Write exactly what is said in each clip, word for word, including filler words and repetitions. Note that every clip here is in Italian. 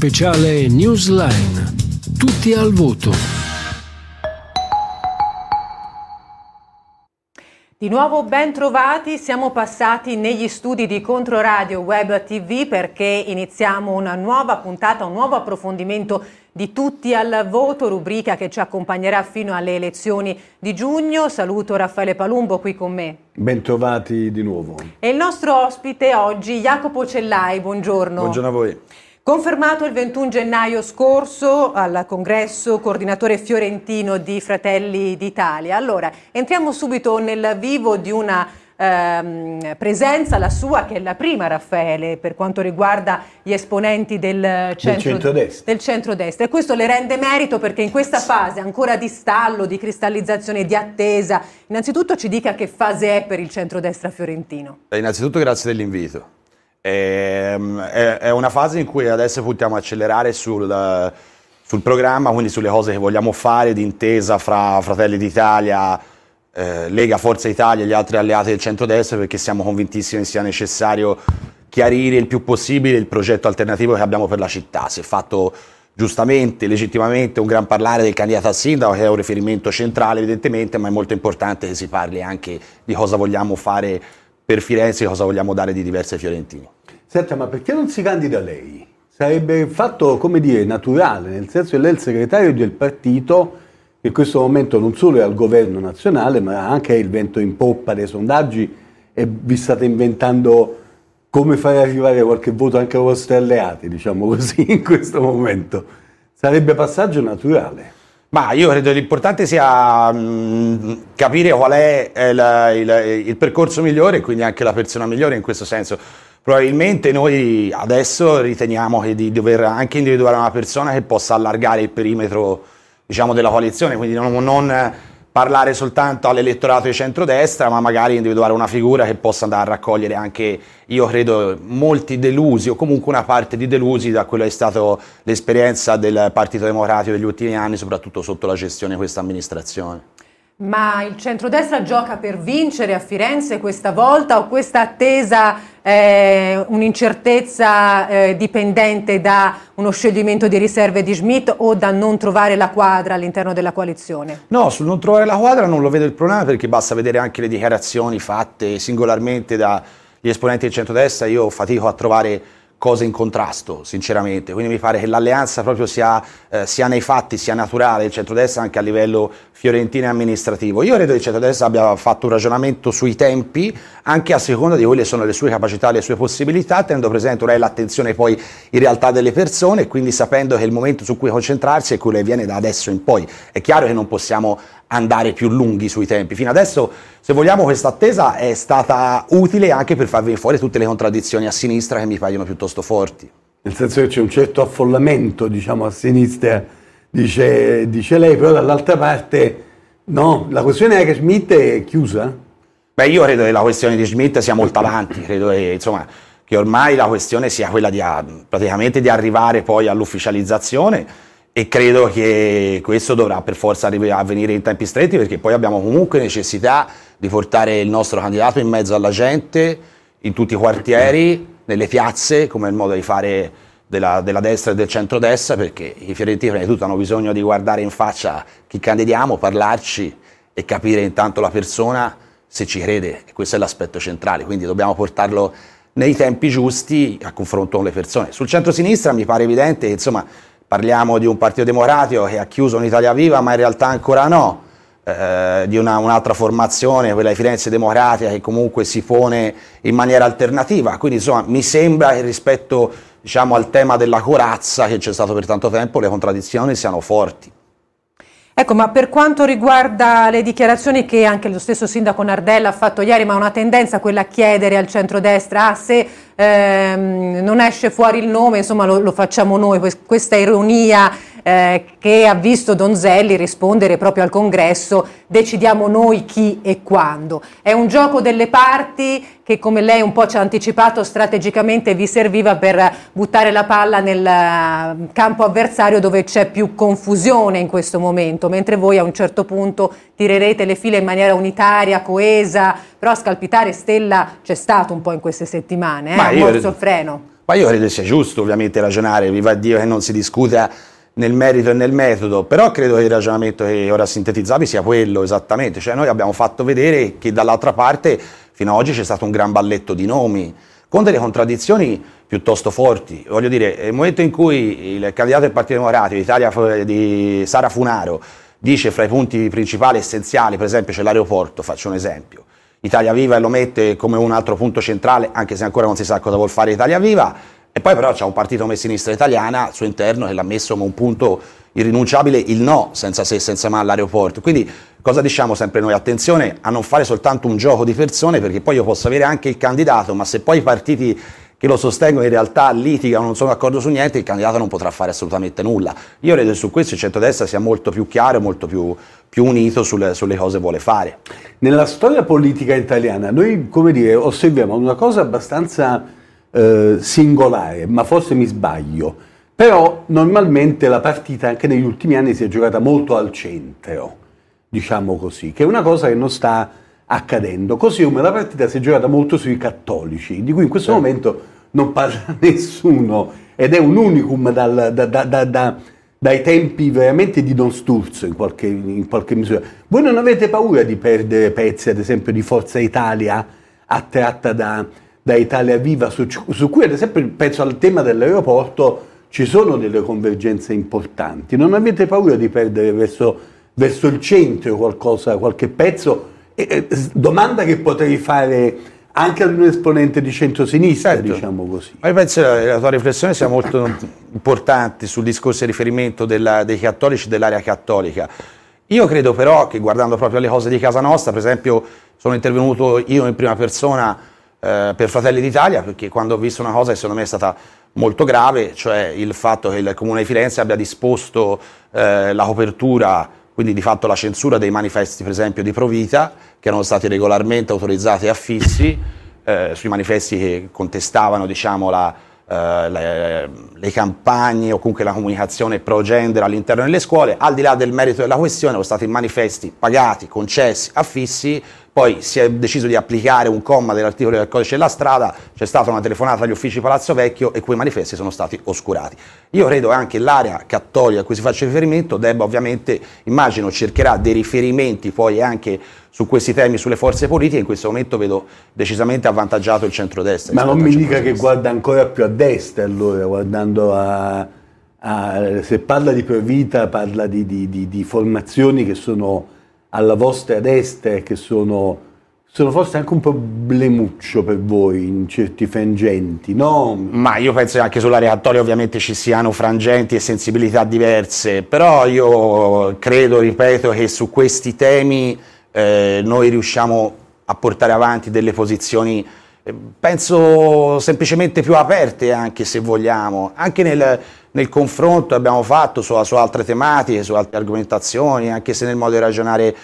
speciale Newsline. Tutti al voto. Di nuovo ben trovati, siamo passati negli studi di Controradio Web T V perché iniziamo una nuova puntata, un nuovo approfondimento di Tutti al voto, rubrica che ci accompagnerà fino alle elezioni di giugno. Saluto Raffaele Palumbo qui con me. Ben trovati di nuovo. E il nostro ospite oggi, Jacopo Cellai, buongiorno. Buongiorno a voi. Confermato il ventuno gennaio scorso al congresso, coordinatore fiorentino di Fratelli d'Italia. Allora, entriamo subito nel vivo di una ehm, presenza, la sua, che è la prima, Raffaele, per quanto riguarda gli esponenti del centro, del centrodestra. del centrodestra. E questo le rende merito perché in questa fase ancora di stallo, di cristallizzazione, di attesa, innanzitutto ci dica che fase è per il centrodestra fiorentino. Beh, innanzitutto grazie dell'invito. È, è una fase in cui adesso possiamo accelerare sul, sul programma, quindi sulle cose che vogliamo fare d'intesa fra Fratelli d'Italia, eh, Lega, Forza Italia e gli altri alleati del centrodestra, perché siamo convintissimi che sia necessario chiarire il più possibile il progetto alternativo che abbiamo per la città. Si è fatto giustamente, legittimamente un gran parlare del candidato al sindaco, che è un riferimento centrale evidentemente, ma è molto importante che si parli anche di cosa vogliamo fare per Firenze, cosa vogliamo dare di diverso ai fiorentini. Senta, ma perché non si candida lei? Sarebbe fatto, come dire, naturale, nel senso che lei è il segretario del partito che in questo momento non solo è al governo nazionale, ma anche è il vento in poppa dei sondaggi e vi state inventando come fare arrivare qualche voto anche ai vostri alleati, diciamo così, in questo momento. Sarebbe passaggio naturale. Ma io credo che l'importante sia mh, capire qual è il, il, il percorso migliore e quindi anche la persona migliore in questo senso. Probabilmente noi adesso riteniamo che di dover anche individuare una persona che possa allargare il perimetro, diciamo, della coalizione, quindi non, non parlare soltanto all'elettorato di centrodestra, ma magari individuare una figura che possa andare a raccogliere anche, io credo, molti delusi o comunque una parte di delusi da quello che è stata l'esperienza del Partito Democratico degli ultimi anni, soprattutto sotto la gestione di questa amministrazione. Ma il centrodestra gioca per vincere a Firenze questa volta o questa attesa è un'incertezza eh, dipendente da uno scioglimento di riserve di Schmitt o da non trovare la quadra all'interno della coalizione? No, sul non trovare la quadra non lo vedo il problema, perché basta vedere anche le dichiarazioni fatte singolarmente dagli esponenti del centrodestra. Io fatico a trovare cose in contrasto, sinceramente, quindi mi pare che l'alleanza proprio sia, eh, sia nei fatti, sia naturale, il centrodestra anche a livello fiorentino e amministrativo. Io credo che il centrodestra abbia fatto un ragionamento sui tempi, anche a seconda di quelle sono le sue capacità, le sue possibilità, tenendo presente lei l'attenzione poi in realtà delle persone e quindi sapendo che il momento su cui concentrarsi è quello che viene da adesso in poi. È chiaro che non possiamo andare più lunghi sui tempi. Fino adesso, se vogliamo, questa attesa è stata utile anche per far venire fuori tutte le contraddizioni a sinistra che mi paiono piuttosto forti. Nel senso che c'è un certo affollamento, diciamo, a sinistra, dice, dice lei, però dall'altra parte no, la questione è che Schmitt è chiusa? Beh, io credo che la questione di Schmitt sia molto avanti, credo che, insomma, che ormai la questione sia quella di praticamente di arrivare poi all'ufficializzazione. E credo che questo dovrà per forza avvenire in tempi stretti, perché poi abbiamo comunque necessità di portare il nostro candidato in mezzo alla gente, in tutti i quartieri, nelle piazze, come è il modo di fare della, della destra e del centrodestra, perché i fiorentini prima di tutto hanno bisogno di guardare in faccia chi candidiamo, parlarci e capire intanto la persona se ci crede, e questo è l'aspetto centrale, quindi dobbiamo portarlo nei tempi giusti a confronto con le persone. Sul centro-sinistra mi pare evidente che, insomma, parliamo di un Partito Democratico che ha chiuso un'Italia Viva, ma in realtà ancora no, eh, di una, un'altra formazione, quella di Firenze Democratica, che comunque si pone in maniera alternativa. Quindi, insomma, mi sembra che rispetto, diciamo, al tema della corazza che c'è stato per tanto tempo, le contraddizioni siano forti. Ecco, ma per quanto riguarda le dichiarazioni che anche lo stesso sindaco Nardella ha fatto ieri, ma una tendenza quella a chiedere al centrodestra, ah, se ehm, non esce fuori il nome, insomma lo, lo facciamo noi, questa ironia eh, che ha visto Donzelli rispondere proprio al congresso, decidiamo noi chi e quando. È un gioco delle parti che, come lei un po' ci ha anticipato, strategicamente vi serviva per buttare la palla nel campo avversario dove c'è più confusione in questo momento, mentre voi a un certo punto tirerete le file in maniera unitaria, coesa, però a scalpitare Stella c'è stato un po' in queste settimane, eh? Ma ha io morso il freno. Ma io credo sia giusto ovviamente ragionare, viva Dio che non si discuta nel merito e nel metodo, però credo che il ragionamento che ora sintetizzavi sia quello esattamente, cioè noi abbiamo fatto vedere che dall'altra parte fino ad oggi c'è stato un gran balletto di nomi, con delle contraddizioni piuttosto forti. Voglio dire, nel momento in cui il candidato del Partito Democratico Italia, di Sara Funaro dice fra i punti principali essenziali, per esempio c'è l'aeroporto, faccio un esempio, Italia Viva e lo mette come un altro punto centrale, anche se ancora non si sa cosa vuol fare Italia Viva, e poi però c'è un partito come Sinistra Italiana al suo interno che l'ha messo come un punto irrinunciabile il no, senza se e senza ma all'aeroporto. Quindi cosa diciamo sempre noi? Attenzione a non fare soltanto un gioco di persone, perché poi io posso avere anche il candidato, ma se poi i partiti che lo sostengono in realtà litigano, non sono d'accordo su niente, il candidato non potrà fare assolutamente nulla. Io credo che su questo il centrodestra sia molto più chiaro e molto più, più unito sulle, sulle cose che vuole fare. Nella storia politica italiana noi, come dire, osserviamo una cosa abbastanza eh, singolare, ma forse mi sbaglio, però normalmente la partita anche negli ultimi anni si è giocata molto al centro, diciamo così, che è una cosa che non sta accadendo, così come la partita si è giocata molto sui cattolici, di cui in questo sì. momento non parla nessuno, ed è un unicum dal, da, da, da, da, dai tempi veramente di Don Sturzo in qualche, in qualche misura. Voi non avete paura di perdere pezzi, ad esempio, di Forza Italia attratta da, da Italia Viva, su, su cui ad esempio penso al tema dell'aeroporto ci sono delle convergenze importanti, non avete paura di perdere verso, verso il centro qualcosa, qualche pezzo? Eh, domanda che potrei fare anche ad un esponente di centrosinistra, certo. diciamo così. Ma io penso che la tua riflessione sia molto importante sul discorso di riferimento della, dei cattolici dell'area cattolica. Io credo però che, guardando proprio alle cose di casa nostra, per esempio sono intervenuto io in prima persona eh, per Fratelli d'Italia, perché quando ho visto una cosa che secondo me è stata molto grave, cioè il fatto che il Comune di Firenze abbia disposto eh, la copertura, quindi di fatto la censura dei manifesti per esempio di Provita, che erano stati regolarmente autorizzati a fissi, eh, sui manifesti che contestavano diciamo, la, eh, le, le campagne o comunque la comunicazione pro-gender all'interno delle scuole. Al di là del merito della questione, sono stati manifesti pagati, concessi, affissi, poi si è deciso di applicare un comma dell'articolo del codice della strada, c'è stata una telefonata agli uffici Palazzo Vecchio e quei manifesti sono stati oscurati. Io credo che anche l'area cattolica a cui si faccia riferimento debba ovviamente, immagino, cercherà dei riferimenti poi anche su questi temi, sulle forze politiche. In questo momento vedo decisamente avvantaggiato il centrodestra. Ma non mi dica che guarda ancora più a destra, allora, guardando a, a se parla di Provita, parla di, di, di, di formazioni che sono alla vostra destra e che sono, sono forse anche un problemuccio per voi in certi frangenti, no? Ma io penso che anche sull'area cattolica ovviamente ci siano frangenti e sensibilità diverse, però io credo, ripeto, che su questi temi eh, noi riusciamo a portare avanti delle posizioni, eh, penso semplicemente più aperte, anche se vogliamo, anche nel... nel confronto abbiamo fatto su, su altre tematiche, su altre argomentazioni, anche se nel modo di ragionare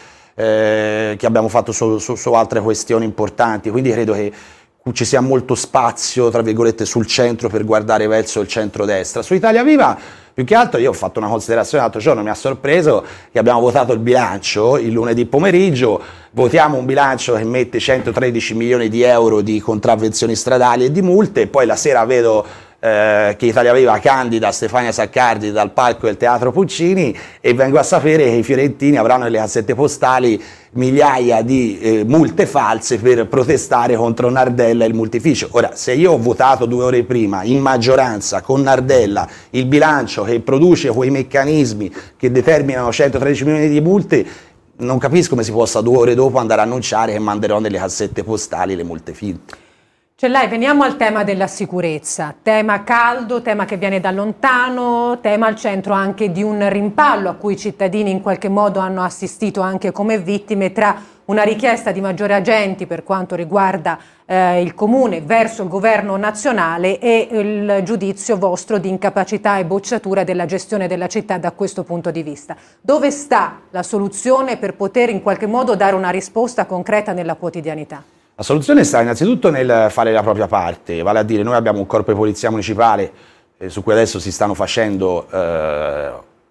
eh, che abbiamo fatto su, su, su altre questioni importanti, quindi credo che ci sia molto spazio, tra virgolette, sul centro per guardare verso il centrodestra. Su Italia Viva, più che altro, io ho fatto una considerazione l'altro giorno, mi ha sorpreso che abbiamo votato il bilancio il lunedì pomeriggio, votiamo un bilancio che mette centotredici milioni di euro di contravvenzioni stradali e di multe, e poi la sera vedo Eh, che Italia Viva candida Stefania Saccardi dal palco del Teatro Puccini e vengo a sapere che i fiorentini avranno nelle cassette postali migliaia di eh, multe false per protestare contro Nardella e il multificio. Ora, se io ho votato due ore prima in maggioranza con Nardella il bilancio che produce quei meccanismi che determinano centotredici milioni di multe, non capisco come si possa due ore dopo andare a annunciare che manderò nelle cassette postali le multe finte. Cellai, veniamo al tema della sicurezza, tema caldo, tema che viene da lontano, tema al centro anche di un rimpallo a cui i cittadini in qualche modo hanno assistito anche come vittime, tra una richiesta di maggiori agenti per quanto riguarda eh, il comune verso il governo nazionale e il giudizio vostro di incapacità e bocciatura della gestione della città da questo punto di vista. Dove sta la soluzione per poter in qualche modo dare una risposta concreta nella quotidianità? La soluzione sta innanzitutto nel fare la propria parte, vale a dire noi abbiamo un corpo di polizia municipale eh, su cui adesso si stanno facendo eh,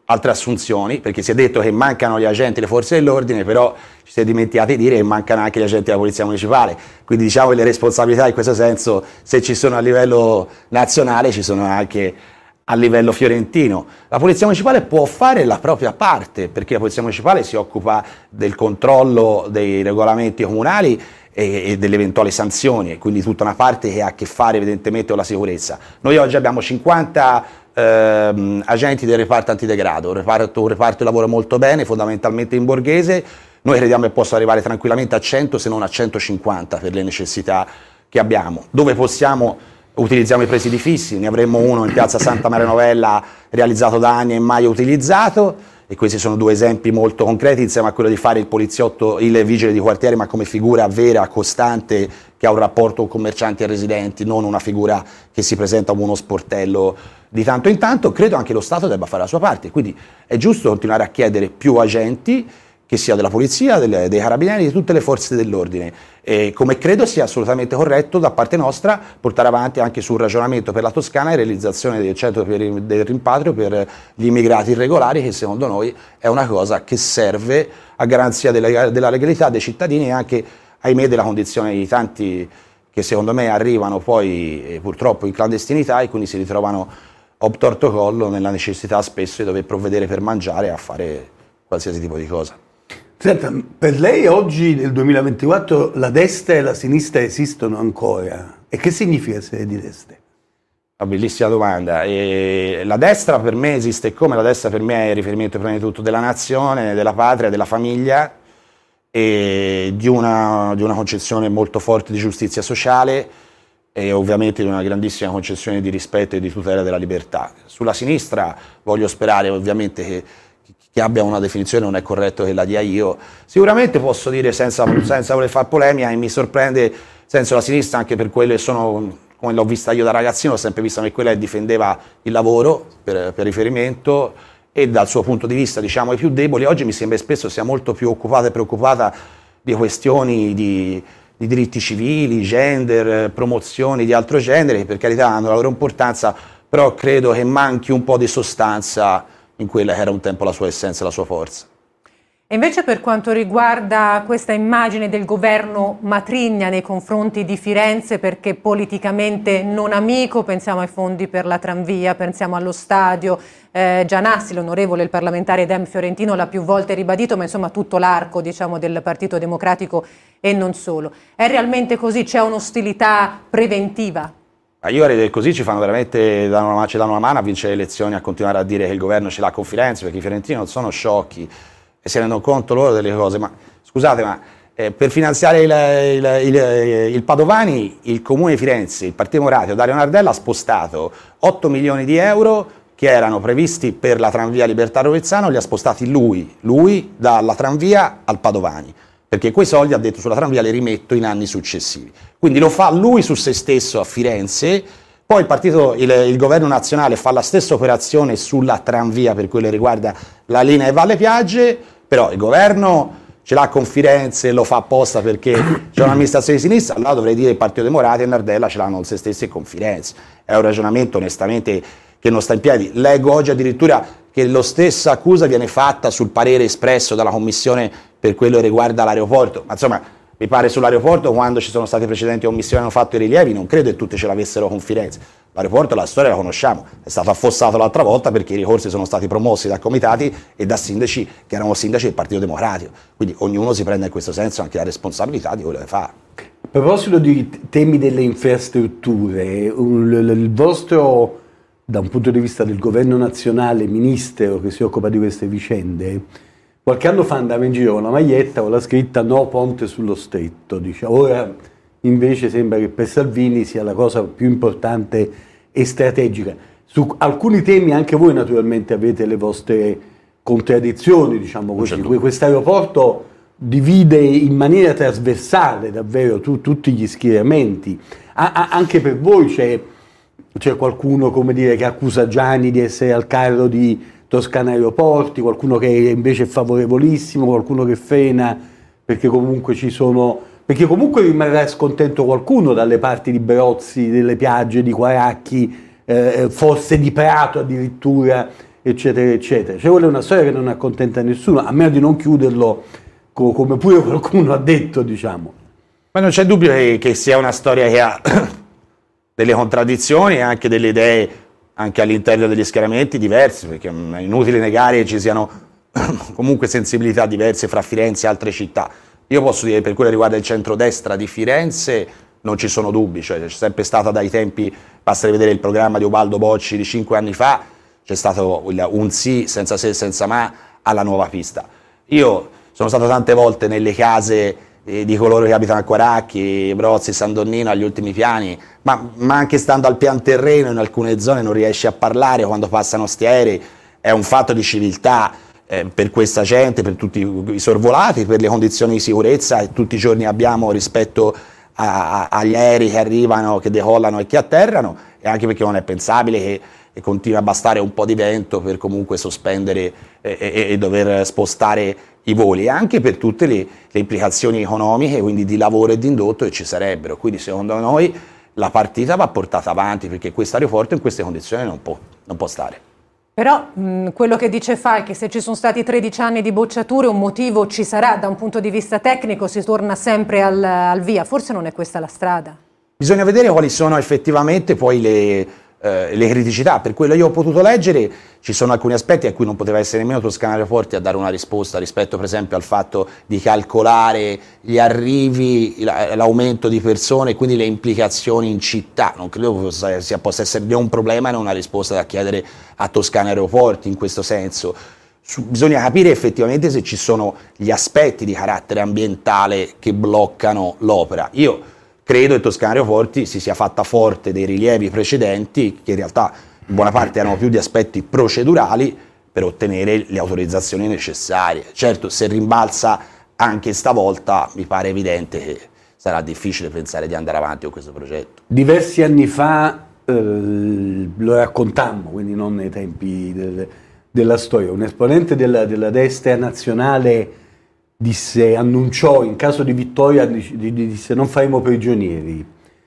altre assunzioni, perché si è detto che mancano gli agenti delle forze dell'ordine, però ci si è dimenticati di dire che mancano anche gli agenti della polizia municipale, quindi diciamo che le responsabilità in questo senso, se ci sono a livello nazionale, ci sono anche a livello fiorentino. La polizia municipale può fare la propria parte, perché la polizia municipale si occupa del controllo dei regolamenti comunali e, e delle eventuali sanzioni, e quindi tutta una parte che ha a che fare evidentemente con la sicurezza. Noi oggi abbiamo cinquanta ehm, agenti del reparto antidegrado, un reparto, un reparto che lavora molto bene, fondamentalmente in borghese. Noi crediamo che possa arrivare tranquillamente a cento, se non a centocinquanta, per le necessità che abbiamo. Dove possiamo, utilizziamo i presidi fissi, ne avremmo uno in piazza Santa Maria Novella realizzato da anni e mai utilizzato, e questi sono due esempi molto concreti insieme a quello di fare il poliziotto, il vigile di quartiere, ma come figura vera, costante, che ha un rapporto con commercianti e residenti, non una figura che si presenta come uno sportello di tanto in tanto. Credo anche lo Stato debba fare la sua parte, quindi è giusto continuare a chiedere più agenti, che sia della polizia, delle, dei carabinieri, di tutte le forze dell'ordine, e come credo sia assolutamente corretto da parte nostra portare avanti anche sul ragionamento per la Toscana e realizzazione del centro per il, del rimpatrio per gli immigrati irregolari, che secondo noi è una cosa che serve a garanzia della, della legalità dei cittadini e anche, ahimè, della condizione di tanti che secondo me arrivano poi eh, purtroppo in clandestinità e quindi si ritrovano obtorto collo nella necessità spesso di dover provvedere per mangiare e a fare qualsiasi tipo di cosa. Senta, per lei oggi nel duemilaventiquattro la destra e la sinistra esistono ancora? E che significa essere di destra? Una bellissima domanda. E la destra per me esiste come? La destra per me è il riferimento prima di tutto della nazione, della patria, della famiglia e di una, di una concezione molto forte di giustizia sociale e ovviamente di una grandissima concezione di rispetto e di tutela della libertà. Sulla sinistra voglio sperare ovviamente che che abbia una definizione, non è corretto che la dia io. Sicuramente posso dire senza, senza voler fare polemica, e mi sorprende senso la sinistra anche per quelle che sono, come l'ho vista io da ragazzino, ho sempre visto che quella che difendeva il lavoro per, per riferimento e dal suo punto di vista diciamo i più deboli. Oggi mi sembra spesso sia molto più occupata e preoccupata di questioni di, di diritti civili, gender, promozioni di altro genere, che per carità hanno la loro importanza, però credo che manchi un po' di sostanza in quella che era un tempo la sua essenza e la sua forza. E invece per quanto riguarda questa immagine del governo matrigna nei confronti di Firenze, perché politicamente non amico, pensiamo ai fondi per la tranvia, pensiamo allo stadio, eh, Gianassi, l'onorevole, il parlamentare Dem Fiorentino l'ha più volte ribadito, ma insomma tutto l'arco diciamo, del Partito Democratico e non solo. È realmente così? C'è un'ostilità preventiva? Io credo che così ci fanno veramente, danno una, ci danno una mano a vincere le elezioni, a continuare a dire che il governo ce l'ha con Firenze, perché i fiorentini non sono sciocchi e si rendono conto loro delle cose. Ma scusate, ma eh, per finanziare il, il, il, il Padovani, il Comune di Firenze, il Partito Democratico, Dario Nardella ha spostato otto milioni di euro che erano previsti per la tranvia Libertà Rovezzano, li ha spostati lui, lui dalla tranvia al Padovani, perché quei soldi, ha detto, sulla tranvia li rimetto in anni successivi. Quindi lo fa lui su se stesso a Firenze, poi il, partito, il, il governo nazionale fa la stessa operazione sulla tranvia per quello che riguarda la linea Valle Piagge, però il governo ce l'ha con Firenze, lo fa apposta perché c'è un'amministrazione di sinistra, allora dovrei dire il Partito Democratico e Nardella ce l'hanno con se stessi e con Firenze. È un ragionamento onestamente che non sta in piedi. Leggo oggi addirittura che la stessa accusa viene fatta sul parere espresso dalla Commissione per quello che riguarda l'aeroporto, ma insomma mi pare sull'aeroporto quando ci sono state precedenti commissioni che hanno fatto i rilievi non credo che tutte ce l'avessero con Firenze. L'aeroporto, la storia la conosciamo, è stato affossato l'altra volta perché i ricorsi sono stati promossi da comitati e da sindaci che erano sindaci del Partito Democratico, quindi ognuno si prende in questo senso anche la responsabilità di quello che fa. A proposito di temi delle infrastrutture, il vostro, da un punto di vista del governo nazionale, ministero che si occupa di queste vicende, qualche anno fa andava in giro con una maglietta con la scritta no ponte sullo stretto, dice. Ora invece sembra che per Salvini sia la cosa più importante e strategica. Su alcuni temi anche voi naturalmente avete le vostre contraddizioni, diciamo così. Certo. Questo aeroporto divide in maniera trasversale davvero tu, tutti gli schieramenti. A, a, anche per voi c'è, c'è qualcuno, come dire, che accusa Gianni di essere al carro di Toscana Aeroporti, qualcuno che invece è favorevolissimo, qualcuno che frena perché comunque ci sono, perché comunque rimarrà scontento qualcuno dalle parti di Brozzi, delle Piagge, di Quaracchi, eh, forse di Prato addirittura, eccetera, eccetera. Cioè, quella è una storia che non accontenta nessuno, a meno di non chiuderlo co come pure qualcuno ha detto, diciamo. Ma non c'è dubbio che, che sia una storia che ha delle contraddizioni e anche delle idee, anche all'interno degli schieramenti, diversi, perché è inutile negare che ci siano comunque sensibilità diverse fra Firenze e altre città. Io posso dire, per quello che riguarda il centrodestra di Firenze, non ci sono dubbi, cioè c'è sempre stata dai tempi, basta vedere il programma di Ubaldo Bocci di cinque anni fa, c'è stato un sì senza se e senza ma alla nuova pista. Io sono stato tante volte nelle case eh, di coloro che abitano a Quaracchi, Brozzi, San Donnino, agli ultimi piani, ma, ma anche stando al pian terreno in alcune zone non riesci a parlare quando passano sti aerei, è un fatto di civiltà eh, per questa gente, per tutti i sorvolati, per le condizioni di sicurezza che tutti i giorni abbiamo rispetto a, a, agli aerei che arrivano, che decollano e che atterrano, e anche perché non è pensabile che e continua a bastare un po' di vento per comunque sospendere e, e, e dover spostare i voli, e anche per tutte le, le implicazioni economiche, quindi di lavoro e di indotto che ci sarebbero. Quindi secondo noi la partita va portata avanti, perché questo aeroporto in queste condizioni non può, non può stare. Però mh, quello che dice Falchi, se ci sono stati tredici anni di bocciature, un motivo ci sarà da un punto di vista tecnico, si torna sempre al, al via, forse non è questa la strada? Bisogna vedere quali sono effettivamente poi le... Uh, le criticità. Per quello io ho potuto leggere, ci sono alcuni aspetti a cui non poteva essere nemmeno Toscana Aeroporti a dare una risposta, rispetto per esempio al fatto di calcolare gli arrivi, l'aumento di persone e quindi le implicazioni in città. Non credo possa, sia, possa essere né un problema né una risposta da chiedere a Toscana Aeroporti in questo senso. Su, bisogna capire effettivamente se ci sono gli aspetti di carattere ambientale che bloccano l'opera. Io credo che Toscana Aeroporti si sia fatta forte dei rilievi precedenti, che in realtà in buona parte erano più di aspetti procedurali, per ottenere le autorizzazioni necessarie. Certo, se rimbalza anche stavolta, mi pare evidente che sarà difficile pensare di andare avanti con questo progetto. Diversi anni fa eh, lo raccontammo, quindi non nei tempi del, della storia, un esponente della, della destra nazionale disse, annunciò in caso di vittoria, disse non faremo prigionieri.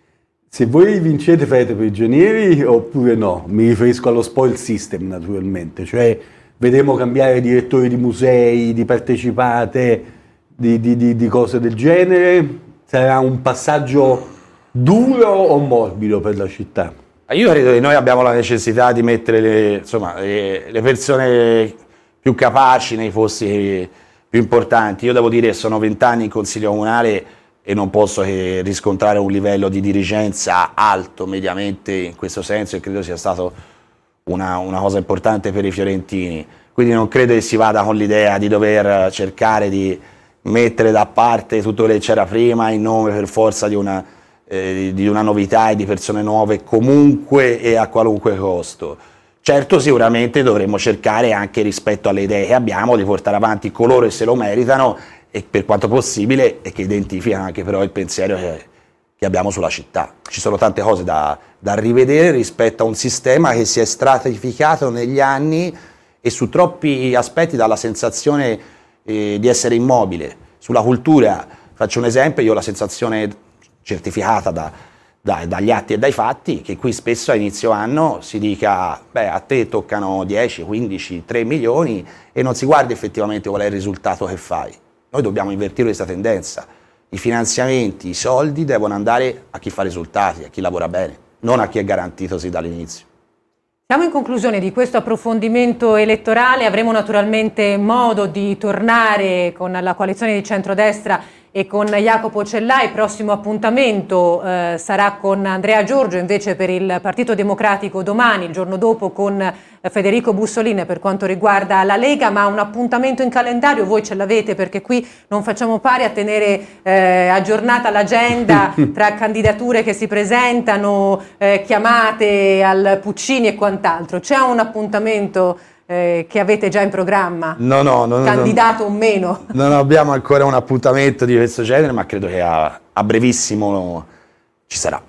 Se voi vincete farete prigionieri oppure no? Mi riferisco allo spoil system naturalmente, cioè vedremo cambiare direttori di musei, di partecipate, di, di, di, di cose del genere. Sarà un passaggio duro o morbido per la città? Io credo che noi abbiamo la necessità di mettere le, insomma, le, le persone più capaci nei posti più importanti. Io devo dire che sono vent'anni in Consiglio Comunale e non posso che riscontrare un livello di dirigenza alto mediamente in questo senso, e credo sia stato una, una cosa importante per i fiorentini. Quindi non credo che si vada con l'idea di dover cercare di mettere da parte tutto quello che c'era prima in nome per forza di una, eh, di una novità e di persone nuove comunque e a qualunque costo. Certo, sicuramente dovremmo cercare, anche rispetto alle idee che abbiamo, di portare avanti coloro che se lo meritano e per quanto possibile, e che identificano anche però il pensiero che, che abbiamo sulla città. Ci sono tante cose da, da rivedere rispetto a un sistema che si è stratificato negli anni e su troppi aspetti dà la sensazione eh, di essere immobile. Sulla cultura, faccio un esempio, io ho la sensazione certificata da Da, dagli atti e dai fatti, che qui spesso a inizio anno si dica beh, a te toccano dieci, quindici, tre milioni e non si guarda effettivamente qual è il risultato che fai. Noi dobbiamo invertire questa tendenza. I finanziamenti, i soldi devono andare a chi fa risultati, a chi lavora bene, non a chi è garantitosi dall'inizio. Siamo in conclusione di questo approfondimento elettorale, avremo naturalmente modo di tornare con la coalizione di centrodestra e con Jacopo Cellai. Il prossimo appuntamento eh, sarà con Andrea Giorgio invece per il Partito Democratico domani, il giorno dopo con eh, Federico Bussolin per quanto riguarda la Lega, ma un appuntamento in calendario voi ce l'avete, perché qui non facciamo pari a tenere eh, aggiornata l'agenda tra candidature che si presentano, eh, chiamate al Puccini e quant'altro. C'è un appuntamento Eh, che avete già in programma? No, no, no, candidato o meno? Non abbiamo ancora un appuntamento di questo genere, ma credo che a, a brevissimo ci sarà.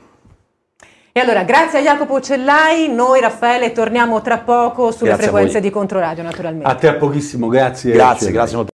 E allora, grazie a Jacopo Cellai, noi Raffaele torniamo tra poco sulle Grazie frequenze di Controradio naturalmente. A te a pochissimo, grazie. Grazie, grazie molto.